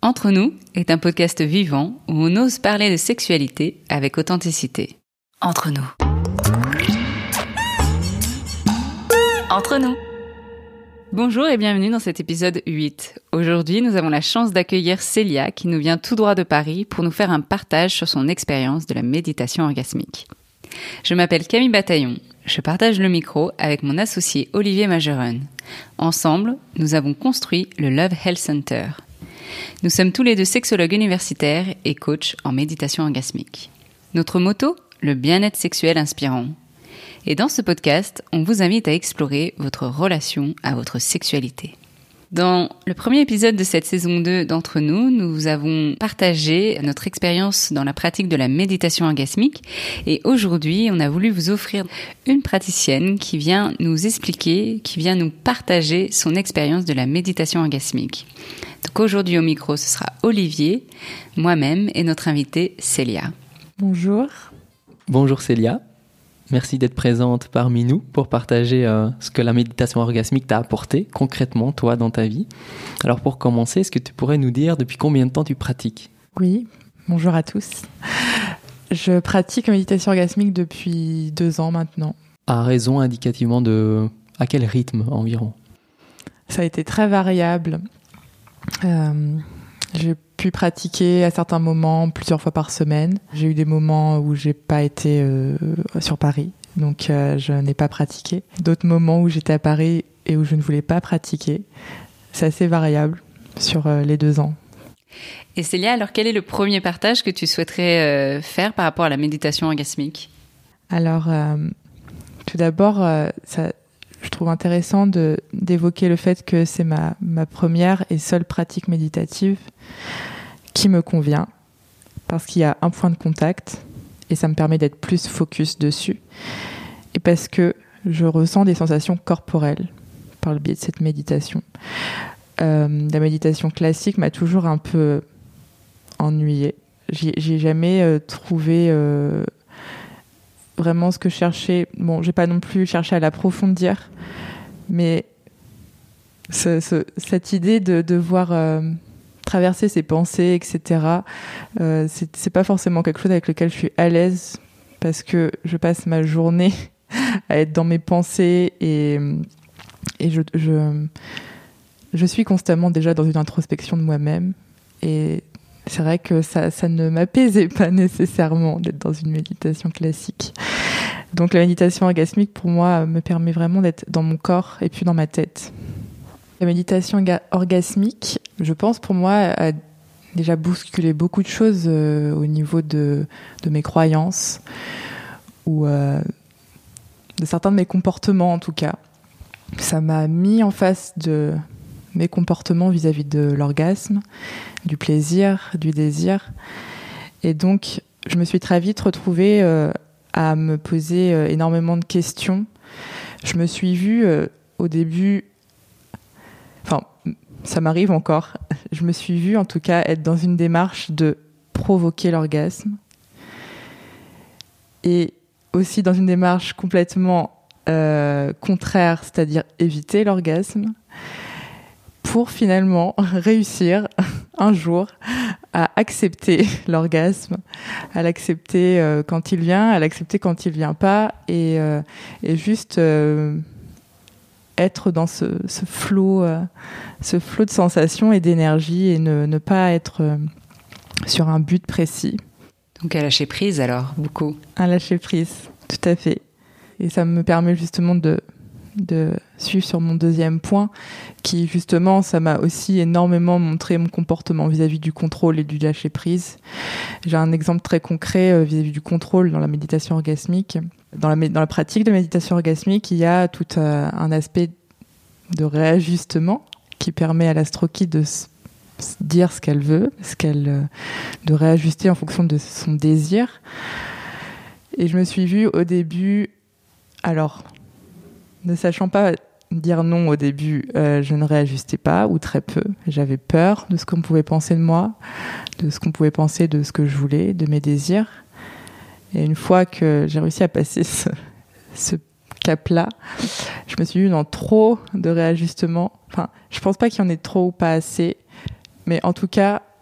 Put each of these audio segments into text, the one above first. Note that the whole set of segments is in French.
Entre nous est un podcast vivant où on ose parler de sexualité avec authenticité. Entre nous. Entre nous. Bonjour et bienvenue dans cet épisode 8. Aujourd'hui, nous avons la chance d'accueillir Célia qui nous vient tout droit de Paris pour nous faire un partage sur son expérience de la méditation orgasmique. Je m'appelle Camille Bataillon. Je partage le micro avec mon associé Olivier Majeron. Ensemble, nous avons construit le Love Health Center. Nous sommes tous les deux sexologues universitaires et coachs en méditation orgasmique. Notre motto, le bien-être sexuel inspirant. Et dans ce podcast, on vous invite à explorer votre relation à votre sexualité. Dans le premier épisode de cette saison 2 d'Entre nous, nous avons partagé notre expérience dans la pratique de la méditation orgasmique. Et aujourd'hui, on a voulu vous offrir une praticienne qui vient nous expliquer, qui vient nous partager son expérience de la méditation orgasmique. Donc aujourd'hui au micro, ce sera Olivier, moi-même et notre invitée Célia. Bonjour. Bonjour Célia. Merci d'être présente parmi nous pour partager ce que la méditation orgasmique t'a apporté concrètement, toi, dans ta vie. Alors pour commencer, est-ce que tu pourrais nous dire depuis combien de temps tu pratiques ? Oui, bonjour à tous. Je pratique la méditation orgasmique depuis 2 ans maintenant. À raison indicativement de... À quel rythme environ ? Ça a été très variable. J'ai pu pratiquer à certains moments plusieurs fois par semaine. J'ai eu des moments où j'ai pas été sur Paris, donc je n'ai pas pratiqué. D'autres moments où j'étais à Paris et où je ne voulais pas pratiquer. C'est assez variable sur les 2 ans. Et Célia, alors quel est le premier partage que tu souhaiterais faire par rapport à la méditation orgasmique ? Alors, tout d'abord, je trouve intéressant d'évoquer le fait que c'est ma première et seule pratique méditative qui me convient, parce qu'il y a un point de contact et ça me permet d'être plus focus dessus, et parce que je ressens des sensations corporelles par le biais de cette méditation. La méditation classique m'a toujours un peu ennuyée. J'ai jamais trouvé vraiment ce que je cherchais. Bon, j'ai pas non plus cherché à l'approfondir, mais cette idée de devoir traverser ses pensées, etc., c'est pas forcément quelque chose avec lequel je suis à l'aise, parce que je passe ma journée à être dans mes pensées et je suis constamment déjà dans une introspection de moi-même, et c'est vrai que ça ne m'apaisait pas nécessairement d'être dans une méditation classique. Donc la méditation orgasmique, pour moi, me permet vraiment d'être dans mon corps et puis dans ma tête. La méditation orgasmique, je pense, pour moi, a déjà bousculé beaucoup de choses au niveau de mes croyances, ou de certains de mes comportements en tout cas. Ça m'a mis en face de mes comportements vis-à-vis de l'orgasme, du plaisir, du désir. Et donc, je me suis très vite retrouvée à me poser énormément de questions. Je me suis vue au début... Enfin, ça m'arrive encore. Je me suis vue, en tout cas, être dans une démarche de provoquer l'orgasme. Et aussi dans une démarche complètement contraire, c'est-à-dire éviter l'orgasme, pour finalement réussir un jour à accepter l'orgasme, à l'accepter quand il vient, à l'accepter quand il vient pas, et juste être dans ce flot de sensations et d'énergie, et ne pas être sur un but précis. Donc à lâcher prise alors, beaucoup. À lâcher prise, tout à fait. Et ça me permet justement de suivre sur mon deuxième point, qui justement, ça m'a aussi énormément montré mon comportement vis-à-vis du contrôle et du lâcher prise. J'ai un exemple très concret vis-à-vis du contrôle dans la méditation orgasmique. Dans la pratique de méditation orgasmique, il y a tout un aspect de réajustement qui permet à l'astro-kid de dire ce qu'elle veut, de réajuster en fonction de son désir. Et je me suis vue au début, alors, ne sachant pas dire non au début, je ne réajustais pas, ou très peu. J'avais peur de ce qu'on pouvait penser de moi, de ce qu'on pouvait penser de ce que je voulais, de mes désirs. Et une fois que j'ai réussi à passer ce cap-là, je me suis vue dans trop de réajustements. Enfin, je pense pas qu'il y en ait trop ou pas assez, mais en tout cas,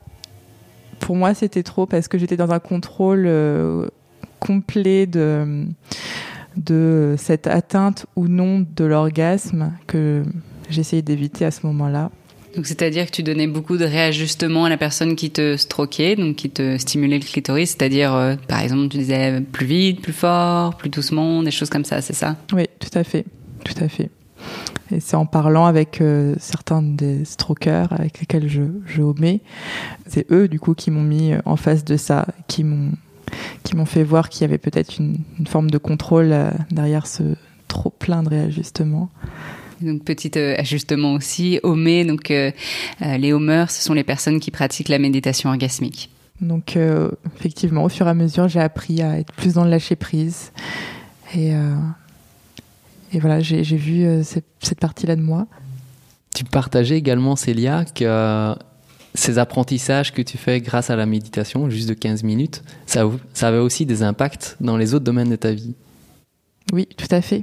pour moi, c'était trop parce que j'étais dans un contrôle complet de cette atteinte ou non de l'orgasme que j'essayais d'éviter à ce moment-là. Donc, c'est-à-dire que tu donnais beaucoup de réajustements à la personne qui te stroquait, donc qui te stimulait le clitoris, c'est-à-dire, par exemple, tu disais plus vite, plus fort, plus doucement, des choses comme ça, c'est ça? Oui, tout à fait. Et c'est en parlant avec certains des strokers avec lesquels je homais, c'est eux, du coup, qui m'ont mis en face de ça, qui m'ont fait voir qu'il y avait peut-être une forme de contrôle derrière ce trop plein de réajustements. Donc, petit ajustement aussi, homer, donc les homers, ce sont les personnes qui pratiquent la méditation orgasmique. Donc, effectivement, au fur et à mesure, j'ai appris à être plus dans le lâcher-prise. Et voilà, j'ai vu cette partie-là de moi. Tu partageais également, Célia, que ces apprentissages que tu fais grâce à la méditation, juste de 15 minutes, ça avait aussi des impacts dans les autres domaines de ta vie. Oui, tout à fait.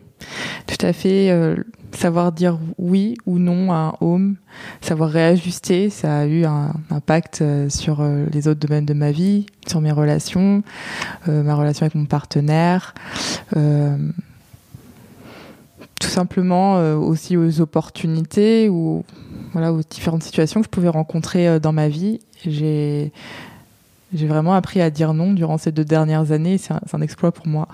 Savoir dire oui ou non à un home, savoir réajuster, ça a eu un impact sur les autres domaines de ma vie, sur mes relations, ma relation avec mon partenaire, tout simplement aussi aux opportunités ou aux différentes situations que je pouvais rencontrer dans ma vie. J'ai vraiment appris à dire non durant ces 2 dernières années. C'est un exploit pour moi.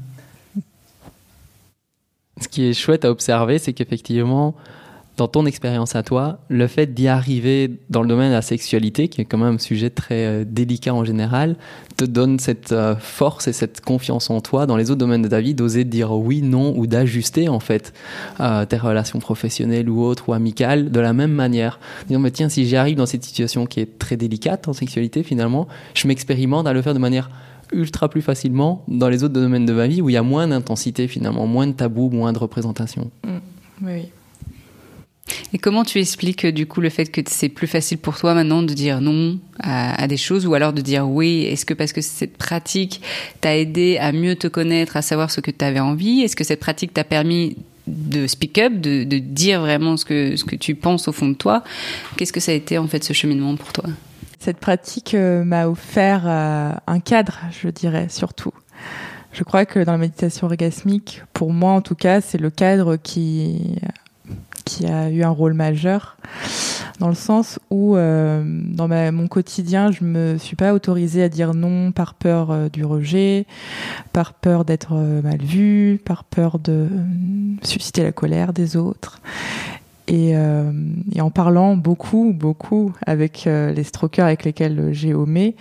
Ce qui est chouette à observer, c'est qu'effectivement, dans ton expérience à toi, le fait d'y arriver dans le domaine de la sexualité, qui est quand même un sujet très délicat en général, te donne cette force et cette confiance en toi dans les autres domaines de ta vie, d'oser dire oui, non, ou d'ajuster en fait tes relations professionnelles ou autres, ou amicales, de la même manière. Disons, mais tiens, si j'y arrive dans cette situation qui est très délicate en sexualité, finalement, je m'expérimente à le faire de manière ultra plus facilement dans les autres domaines de ma vie où il y a moins d'intensité finalement, moins de tabous, moins de représentation. Oui. Et comment tu expliques du coup le fait que c'est plus facile pour toi maintenant de dire non à des choses ou alors de dire oui? Est-ce que parce que cette pratique t'a aidé à mieux te connaître, à savoir ce que tu avais envie? Est-ce que cette pratique t'a permis de speak up, de dire vraiment ce que tu penses au fond de toi? Qu'est-ce que ça a été en fait ce cheminement pour toi? Cette pratique m'a offert un cadre, je dirais, surtout. Je crois que dans la méditation orgasmique, pour moi en tout cas, c'est le cadre qui a eu un rôle majeur, dans le sens où dans mon quotidien, je me suis pas autorisée à dire non par peur du rejet, par peur d'être mal vue, par peur de susciter la colère des autres. Et en parlant beaucoup avec les strokers avec lesquels j'ai homé,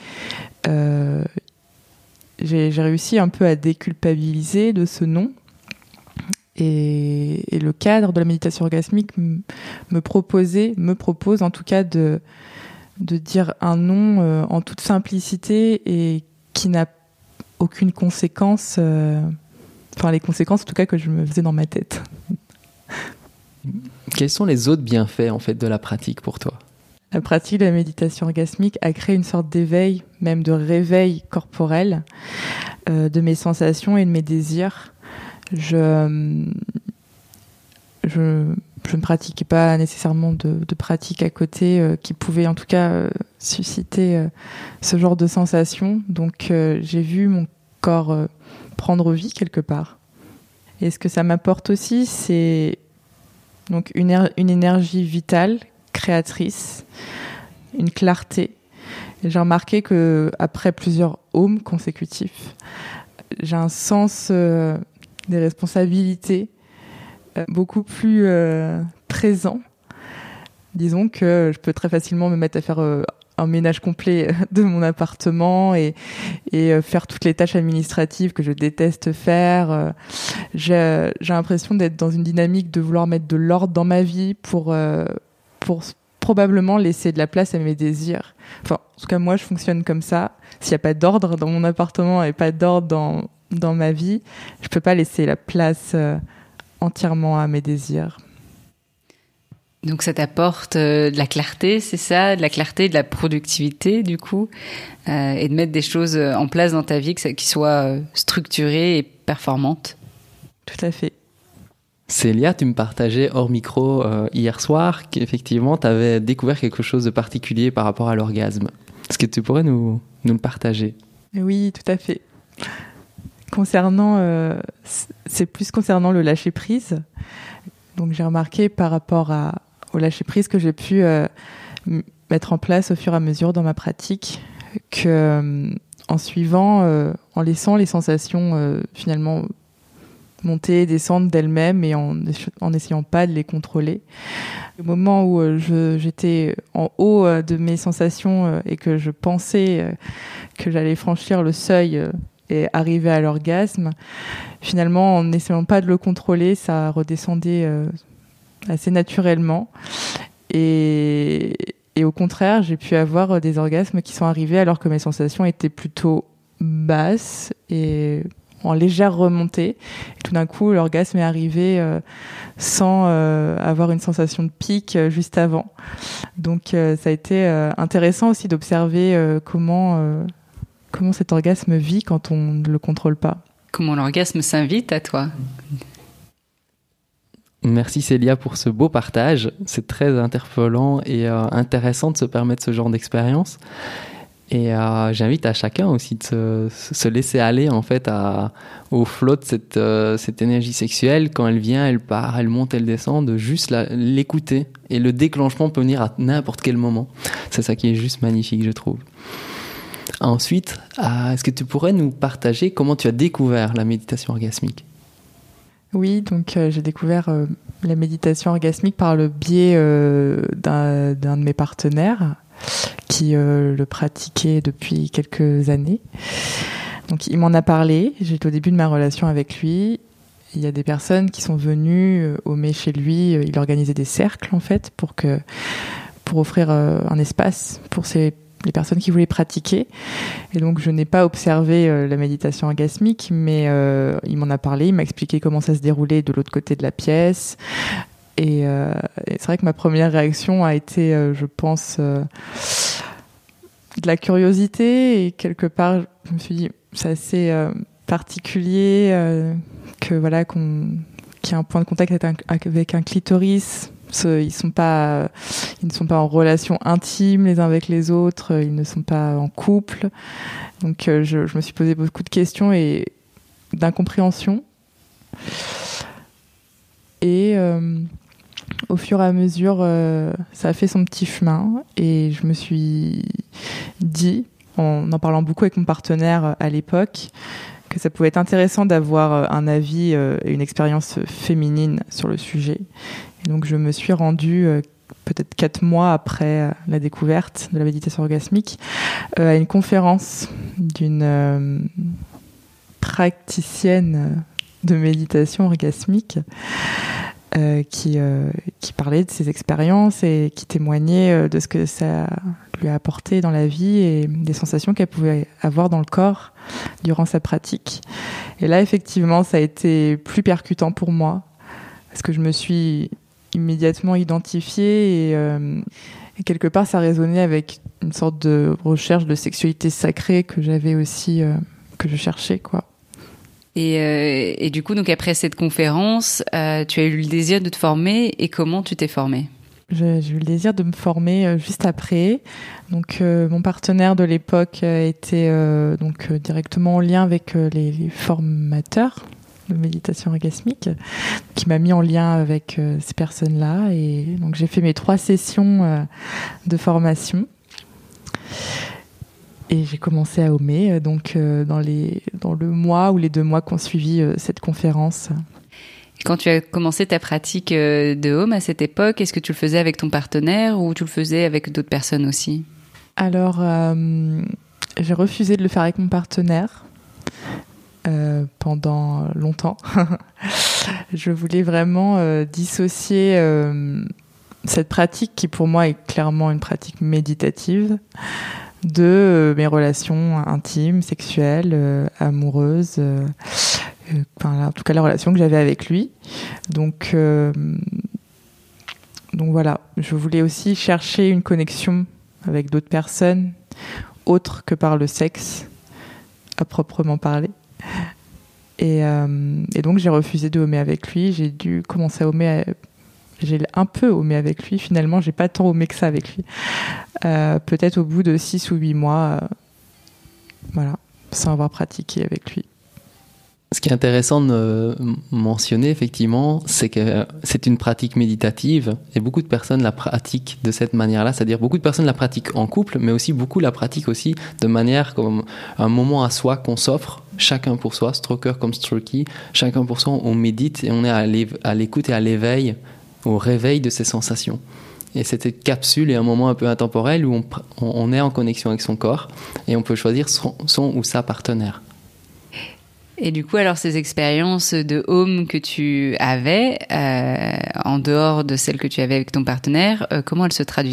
j'ai réussi un peu à déculpabiliser de ce non. Et le cadre de la méditation orgasmique me propose en tout cas de dire un non en toute simplicité et qui n'a aucune conséquence, les conséquences en tout cas que je me faisais dans ma tête. Quels sont les autres bienfaits en fait de la pratique pour toi? La pratique de la méditation orgasmique a créé une sorte d'éveil, même de réveil corporel de mes sensations et de mes désirs. Je ne pratiquais pas nécessairement de pratique à côté qui pouvait en tout cas susciter ce genre de sensations. Donc j'ai vu mon corps prendre vie quelque part. Et ce que ça m'apporte aussi, c'est donc une énergie vitale, créatrice, une clarté. Et j'ai remarqué que après plusieurs ohms consécutifs, j'ai un sens des responsabilités beaucoup plus présent. Disons que je peux très facilement me mettre à faire un ménage complet de mon appartement et faire toutes les tâches administratives que je déteste faire. J'ai l'impression d'être dans une dynamique de vouloir mettre de l'ordre dans ma vie pour probablement laisser de la place à mes désirs. Enfin, en tout cas, moi, je fonctionne comme ça. S'il n'y a pas d'ordre dans mon appartement et pas d'ordre dans ma vie, je peux pas laisser la place entièrement à mes désirs. Donc ça t'apporte de la clarté, c'est ça, de la clarté, de la productivité du coup, et de mettre des choses en place dans ta vie qui soient structurées et performantes. Tout à fait. Célia, tu me partageais hors micro hier soir qu'effectivement tu avais découvert quelque chose de particulier par rapport à l'orgasme. Est-ce que tu pourrais nous le partager? Oui, tout à fait. C'est plus concernant le lâcher-prise. Donc j'ai remarqué par rapport au lâcher-prise que j'ai pu mettre en place au fur et à mesure dans ma pratique, que en suivant, en laissant les sensations finalement monter, descendre d'elles-mêmes et en n'essayant pas de les contrôler. Au moment où j'étais en haut de mes sensations et que je pensais que j'allais franchir le seuil et arriver à l'orgasme, finalement, en n'essayant pas de le contrôler, ça redescendait assez naturellement. Et au contraire, j'ai pu avoir des orgasmes qui sont arrivés alors que mes sensations étaient plutôt basses et en légère remontée. Et tout d'un coup, l'orgasme est arrivé sans avoir une sensation de pic juste avant. Donc, ça a été intéressant aussi d'observer comment cet orgasme vit quand on ne le contrôle pas. Comment l'orgasme s'invite à toi? Merci Célia pour ce beau partage. C'est très interpellant et intéressant de se permettre ce genre d'expérience. Et j'invite à chacun aussi de se laisser aller en fait au flot de cette énergie sexuelle. Quand elle vient, elle part, elle monte, elle descend, de juste l'écouter. Et le déclenchement peut venir à n'importe quel moment. C'est ça qui est juste magnifique, je trouve. Ensuite, est-ce que tu pourrais nous partager comment tu as découvert la méditation orgasmique? Oui, donc j'ai découvert la méditation orgasmique par le biais d'un de mes partenaires qui le pratiquait depuis quelques années. Donc il m'en a parlé, j'étais au début de ma relation avec lui. Il y a des personnes qui sont venues homer chez lui, il organisait des cercles en fait pour offrir un espace pour les personnes qui voulaient pratiquer. Et donc, je n'ai pas observé la méditation orgasmique, mais il m'en a parlé, il m'a expliqué comment ça se déroulait de l'autre côté de la pièce. Et c'est vrai que ma première réaction a été, je pense, de la curiosité. Et quelque part, je me suis dit, c'est assez particulier qu'il y ait un point de contact avec un clitoris. Ils ne sont pas en relation intime les uns avec les autres, ils ne sont pas en couple. Donc je me suis posé beaucoup de questions et d'incompréhension. Et au fur et à mesure, ça a fait son petit chemin. Et je me suis dit, en parlant beaucoup avec mon partenaire à l'époque, que ça pouvait être intéressant d'avoir un avis et une expérience féminine sur le sujet. Et donc je me suis rendue, peut-être 4 mois après la découverte de la méditation orgasmique, à une conférence d'une praticienne de méditation orgasmique qui parlait de ses expériences et qui témoignait de ce que ça lui a apporté dans la vie et des sensations qu'elle pouvait avoir dans le corps durant sa pratique. Et là, effectivement, ça a été plus percutant pour moi parce que je me suis immédiatement identifiée et quelque part, ça résonnait avec une sorte de recherche de sexualité sacrée que j'avais aussi, que je cherchais, quoi. Et du coup, donc après cette conférence, tu as eu le désir de te former et comment tu t'es formée? J'ai eu le désir de me former juste après. Donc, mon partenaire de l'époque était directement en lien avec les formateurs de méditation orgasmique, qui m'a mis en lien avec ces personnes-là. Et donc, j'ai fait mes 3 sessions de formation. Et j'ai commencé à homer dans le mois ou les 2 mois qui ont suivi cette conférence. Quand tu as commencé ta pratique de home à cette époque, est-ce que tu le faisais avec ton partenaire ou tu le faisais avec d'autres personnes aussi? Alors, j'ai refusé de le faire avec mon partenaire pendant longtemps. Je voulais vraiment dissocier cette pratique qui pour moi est clairement une pratique méditative de mes relations intimes, sexuelles, amoureuses, en tout cas la relation que j'avais avec lui. Donc voilà, je voulais aussi chercher une connexion avec d'autres personnes autres que par le sexe à proprement parler. Et donc j'ai refusé de homer avec lui. J'ai dû commencer à homer. j'ai un peu homé avec lui. Finalement, j'ai pas tant homé que ça avec lui. Peut-être au bout de 6 ou 8 mois, voilà, sans avoir pratiqué avec lui. Ce qui est intéressant de mentionner, effectivement, c'est que c'est une pratique méditative et beaucoup de personnes la pratiquent de cette manière-là. C'est-à-dire beaucoup de personnes la pratiquent en couple, mais aussi beaucoup la pratiquent aussi de manière comme un moment à soi qu'on s'offre, chacun pour soi, stroker comme strokey, chacun pour soi, on médite et on est à l'écoute et à l'éveil, au réveil de ses sensations. Et cette capsule est un moment un peu intemporel où on est en connexion avec son corps et on peut choisir son ou sa partenaire. Et du coup, alors ces expériences de home que tu avais, en dehors de celles que tu avais avec ton partenaire, comment elles se traduisaient ?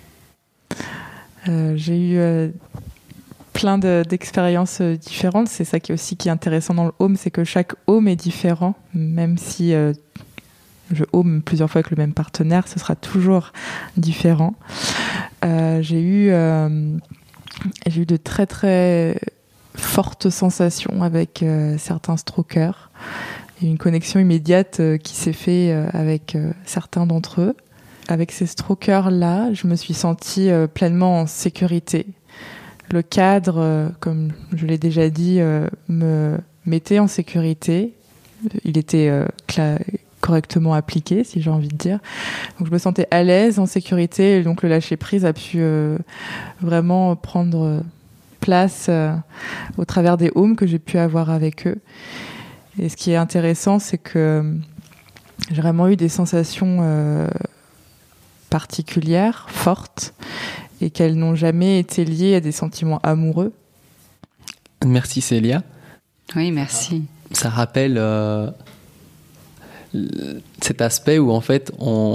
J'ai eu plein d'expériences différentes. C'est ça qui est intéressant dans le home, c'est que chaque home est différent. Même si je home plusieurs fois avec le même partenaire, ce sera toujours différent. J'ai eu de très très forte sensation avec certains strokers. Il y a eu une connexion immédiate qui s'est faite avec certains d'entre eux. Avec ces strokers-là, je me suis sentie pleinement en sécurité. Le cadre, comme je l'ai déjà dit, me mettait en sécurité. Il était correctement appliqué, si j'ai envie de dire. Donc je me sentais à l'aise, en sécurité. Et donc le lâcher-prise a pu vraiment prendre place au travers des homes que j'ai pu avoir avec eux. Et ce qui est intéressant, c'est que j'ai vraiment eu des sensations particulières, fortes, et qu'elles n'ont jamais été liées à des sentiments amoureux. Merci Célia. Oui, merci. Ça rappelle cet aspect où en fait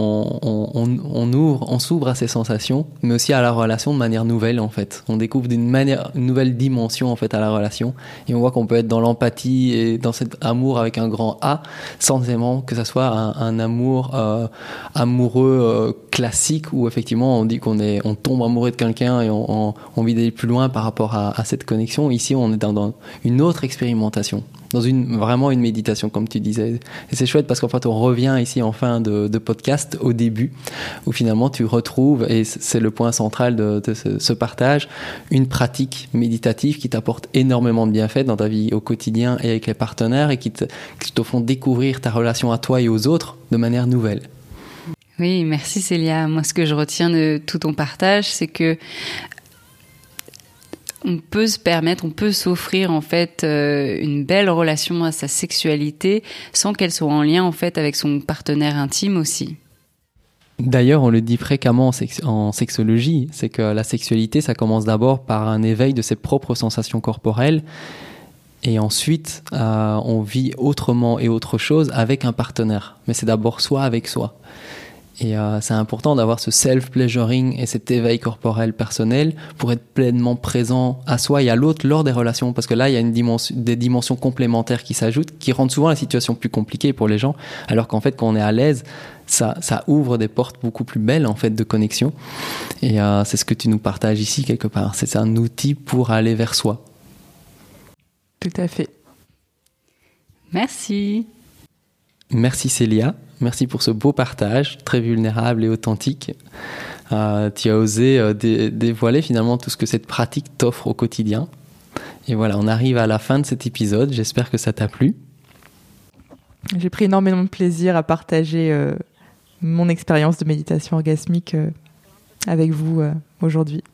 on s'ouvre à ces sensations, mais aussi à la relation de manière nouvelle en fait. On découvre une nouvelle dimension en fait à la relation et on voit qu'on peut être dans l'empathie et dans cet amour avec un grand A sans nécessairement que ça soit un amour amoureux classique où effectivement on dit on tombe amoureux de quelqu'un et on envie d'aller plus loin par rapport à cette connexion. Ici on est dans une autre expérimentation, dans vraiment une méditation comme tu disais, et c'est chouette parce qu'en fait on revient ici en fin de podcast au début où finalement tu retrouves, et c'est le point central de ce partage, une pratique méditative qui t'apporte énormément de bienfaits dans ta vie au quotidien et avec les partenaires et qui te font découvrir ta relation à toi et aux autres de manière nouvelle. Oui, merci Célia. Moi, ce que je retiens de tout ton partage, c'est que on peut s'offrir en fait une belle relation à sa sexualité sans qu'elle soit en lien en fait avec son partenaire intime aussi. D'ailleurs, on le dit fréquemment en sexologie, c'est que la sexualité, ça commence d'abord par un éveil de ses propres sensations corporelles et ensuite on vit autrement et autre chose avec un partenaire. Mais c'est d'abord soi avec soi. Et c'est important d'avoir ce self-pleasuring et cet éveil corporel personnel pour être pleinement présent à soi et à l'autre lors des relations. Parce que là, il y a des dimensions complémentaires qui s'ajoutent, qui rendent souvent la situation plus compliquée pour les gens. Alors qu'en fait, quand on est à l'aise, ça ouvre des portes beaucoup plus belles en fait de connexion. Et c'est ce que tu nous partages ici quelque part. C'est un outil pour aller vers soi. Tout à fait. Merci. Merci Célia. Merci pour ce beau partage, très vulnérable et authentique. Tu as osé dévoiler finalement tout ce que cette pratique t'offre au quotidien. Et voilà, on arrive à la fin de cet épisode. J'espère que ça t'a plu. J'ai pris énormément de plaisir à partager mon expérience de méditation orgasmique avec vous aujourd'hui.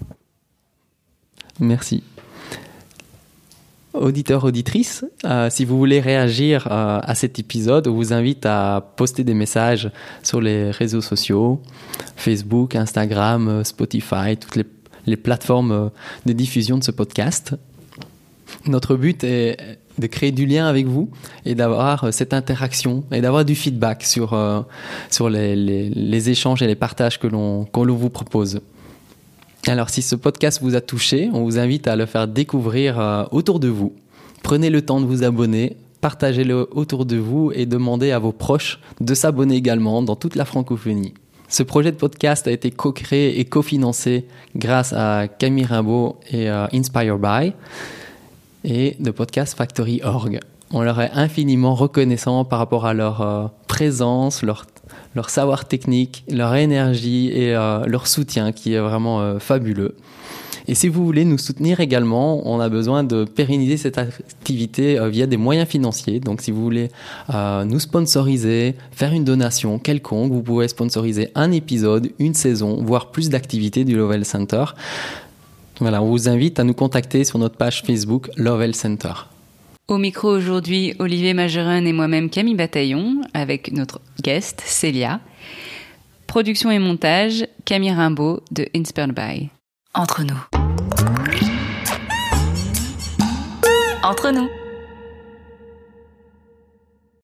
Merci. Auditeurs, auditrices, si vous voulez réagir à cet épisode, on vous invite à poster des messages sur les réseaux sociaux, Facebook, Instagram, Spotify, toutes les plateformes de diffusion de ce podcast. Notre but est de créer du lien avec vous et d'avoir cette interaction et d'avoir du feedback sur les échanges et les partages que l'on vous propose. Alors, si ce podcast vous a touché, on vous invite à le faire découvrir autour de vous. Prenez le temps de vous abonner, partagez-le autour de vous et demandez à vos proches de s'abonner également dans toute la francophonie. Ce projet de podcast a été co-créé et cofinancé grâce à Camille Rimbaud et Inspire By et de Podcast Factory.org. On leur est infiniment reconnaissant par rapport à leur présence, leur savoir technique, leur énergie et leur soutien qui est vraiment fabuleux. Et si vous voulez nous soutenir également, on a besoin de pérenniser cette activité via des moyens financiers. Donc si vous voulez nous sponsoriser, faire une donation quelconque, vous pouvez sponsoriser un épisode, une saison, voire plus d'activités du Lovell Center. Voilà, on vous invite à nous contacter sur notre page Facebook Lovell Center. Au micro aujourd'hui, Olivier Majeron et moi-même Camille Bataillon, avec notre guest Célia. Production et montage, Camille Rimbaud de Inspired By. Entre nous. Entre nous.